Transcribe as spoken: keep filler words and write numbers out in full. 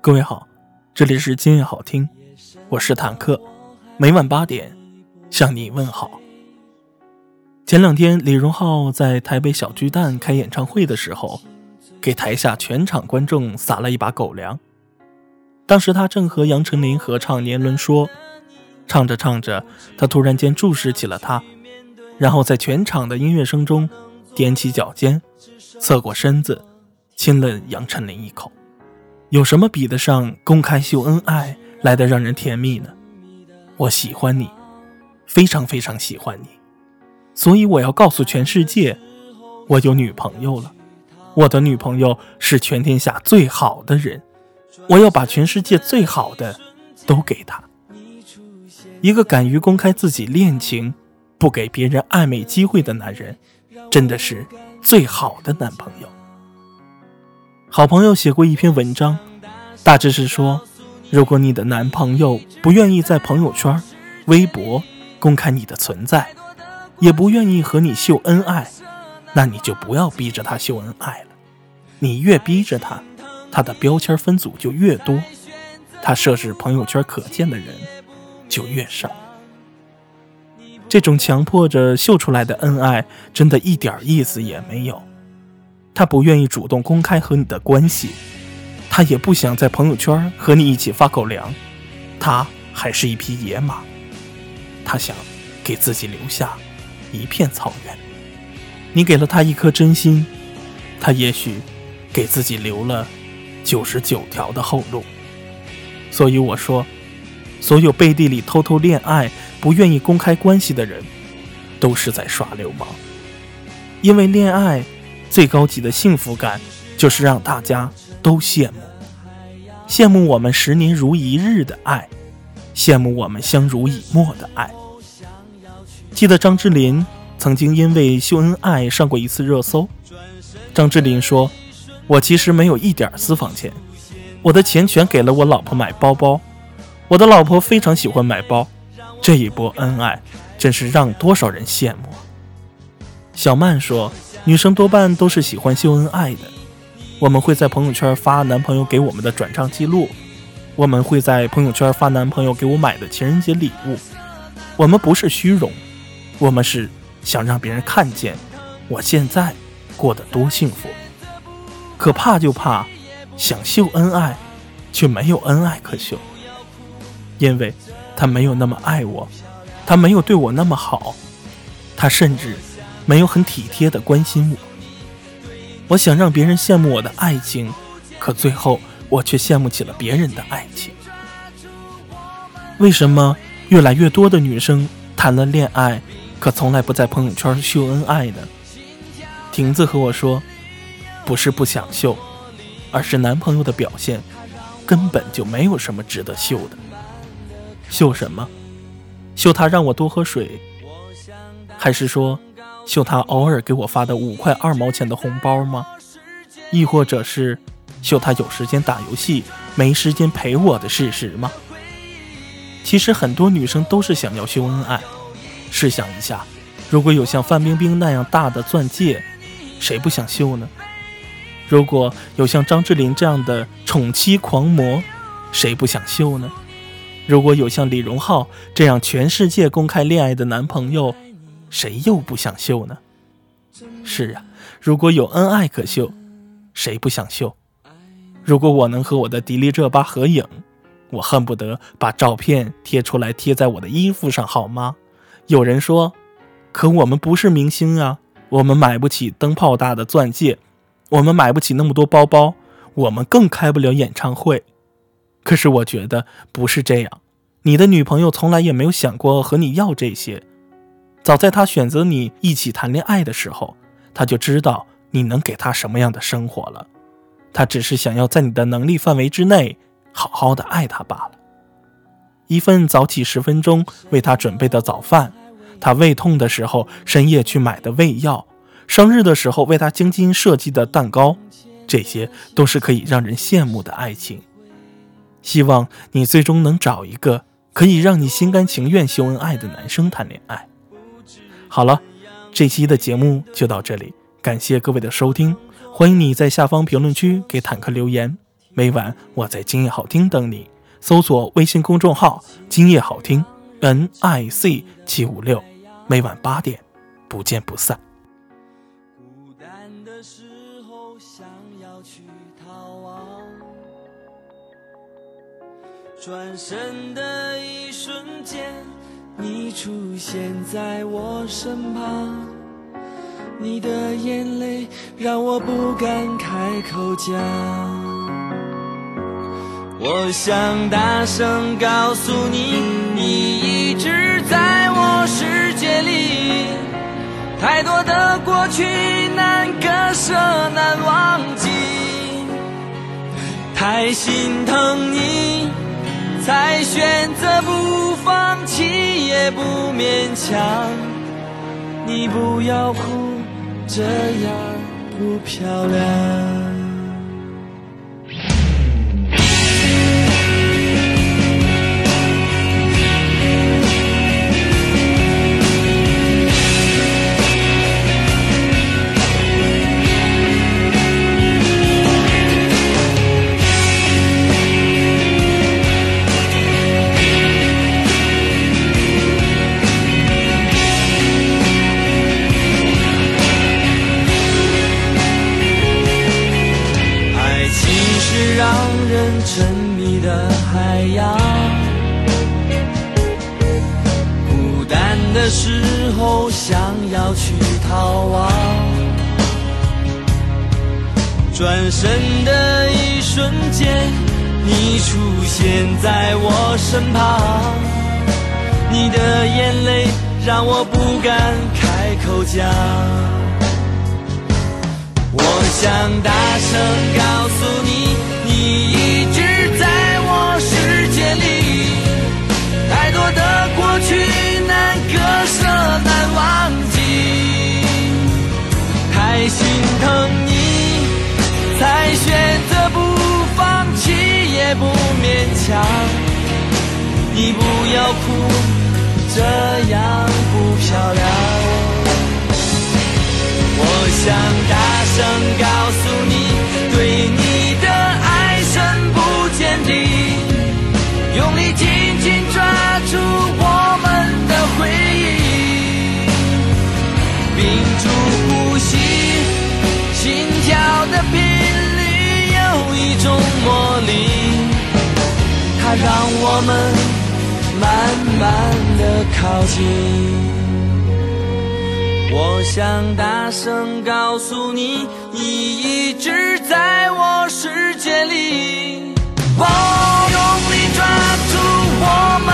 各位好，这里是今夜好听，我是坦克，每晚八点向你问好。前两天李荣浩在台北小巨蛋开演唱会的时候，给台下全场观众撒了一把狗粮。当时他正和杨丞琳合唱《年轮说》，唱着唱着，他突然间注视起了他，然后在全场的音乐声中踮起脚尖，侧过身子，亲了杨丞琳一口。有什么比得上公开秀恩爱来得让人甜蜜呢？我喜欢你，非常非常喜欢你，所以我要告诉全世界，我有女朋友了。我的女朋友是全天下最好的人，我要把全世界最好的都给她。一个敢于公开自己恋情，不给别人暧昧机会的男人，真的是最好的男朋友。好朋友写过一篇文章，大致是说，如果你的男朋友不愿意在朋友圈、微博公开你的存在，也不愿意和你秀恩爱，那你就不要逼着他秀恩爱了。你越逼着他，他的标签分组就越多，他设置朋友圈可见的人就越少。这种强迫着秀出来的恩爱，真的一点意思也没有。他不愿意主动公开和你的关系，他也不想在朋友圈和你一起发狗粮，他还是一匹野马，他想给自己留下一片草原。你给了他一颗真心，他也许给自己留了九十九条的后路。所以我说，所有背地里偷偷恋爱不愿意公开关系的人，都是在耍流氓。因为恋爱最高级的幸福感，就是让大家都羡慕，羡慕我们十年如一日的爱，羡慕我们相濡以沫的爱。记得张智霖曾经因为秀恩爱上过一次热搜。张智霖说，我其实没有一点私房钱，我的钱全给了我老婆买包包，我的老婆非常喜欢买包，这一波恩爱真是让多少人羡慕。小曼说，女生多半都是喜欢秀恩爱的，我们会在朋友圈发男朋友给我们的转账记录，我们会在朋友圈发男朋友给我买的情人节礼物。我们不是虚荣，我们是想让别人看见我现在过得多幸福。可怕就怕想秀恩爱却没有恩爱可秀，因为他没有那么爱我，他没有对我那么好，他甚至没有很体贴地关心我。我想让别人羡慕我的爱情，可最后我却羡慕起了别人的爱情。为什么越来越多的女生谈了恋爱，可从来不在朋友圈秀恩爱呢？婷子和我说，不是不想秀，而是男朋友的表现根本就没有什么值得秀的。秀什么？秀他让我多喝水，还是说秀他偶尔给我发的五块二毛钱的红包吗？亦或者是秀他有时间打游戏没时间陪我的事实吗？其实很多女生都是想要秀恩爱。试想一下，如果有像范冰冰那样大的钻戒，谁不想秀呢？如果有像张智霖这样的宠妻狂魔，谁不想秀呢？如果有像李荣浩这样全世界公开恋爱的男朋友，谁又不想秀呢？是啊，如果有恩爱可秀，谁不想秀？如果我能和我的迪丽热巴合影，我恨不得把照片贴出来贴在我的衣服上，好吗？有人说，可我们不是明星啊，我们买不起灯泡大的钻戒，我们买不起那么多包包，我们更开不了演唱会。可是我觉得不是这样，你的女朋友从来也没有想过和你要这些。早在她选择你一起谈恋爱的时候，她就知道你能给她什么样的生活了。她只是想要在你的能力范围之内好好的爱她罢了。一份早起十分钟为她准备的早饭，她胃痛的时候深夜去买的胃药，生日的时候为她精心设计的蛋糕，这些都是可以让人羡慕的爱情。希望你最终能找一个可以让你心甘情愿秀恩爱的男生谈恋爱。好了，这期的节目就到这里，感谢各位的收听，欢迎你在下方评论区给坦克留言， 每晚我在今夜好听等你，搜索微信公众号今夜好听 N I C 七五六，每晚八点不见不散。 孤单的时候想要去逃亡，转身的一瞬间你出现在我身旁，你的眼泪让我不敢开口讲，我想大声告诉你，你一直在我世界里，太多的过去难割舍难忘记，太心疼你才选择不放弃也不勉强，你不要哭，这样不漂亮。让人沉迷的海洋，孤单的时候想要去逃亡，转身的一瞬间你出现在我身旁，你的眼泪让我不敢开口讲，我想大声告诉你，你一直在我世界里，太多的过去难割舍难忘记，太心疼你才选择不放弃也不勉强，你不要哭，这样不漂亮，我想大声告诉你，对你的爱深不见底，用力紧紧抓住我们的回忆，屏住呼吸，心跳的频率有一种魔力，它让我们慢慢地靠近，我想大声告诉你，你一直在我世界里，我用力抓住我们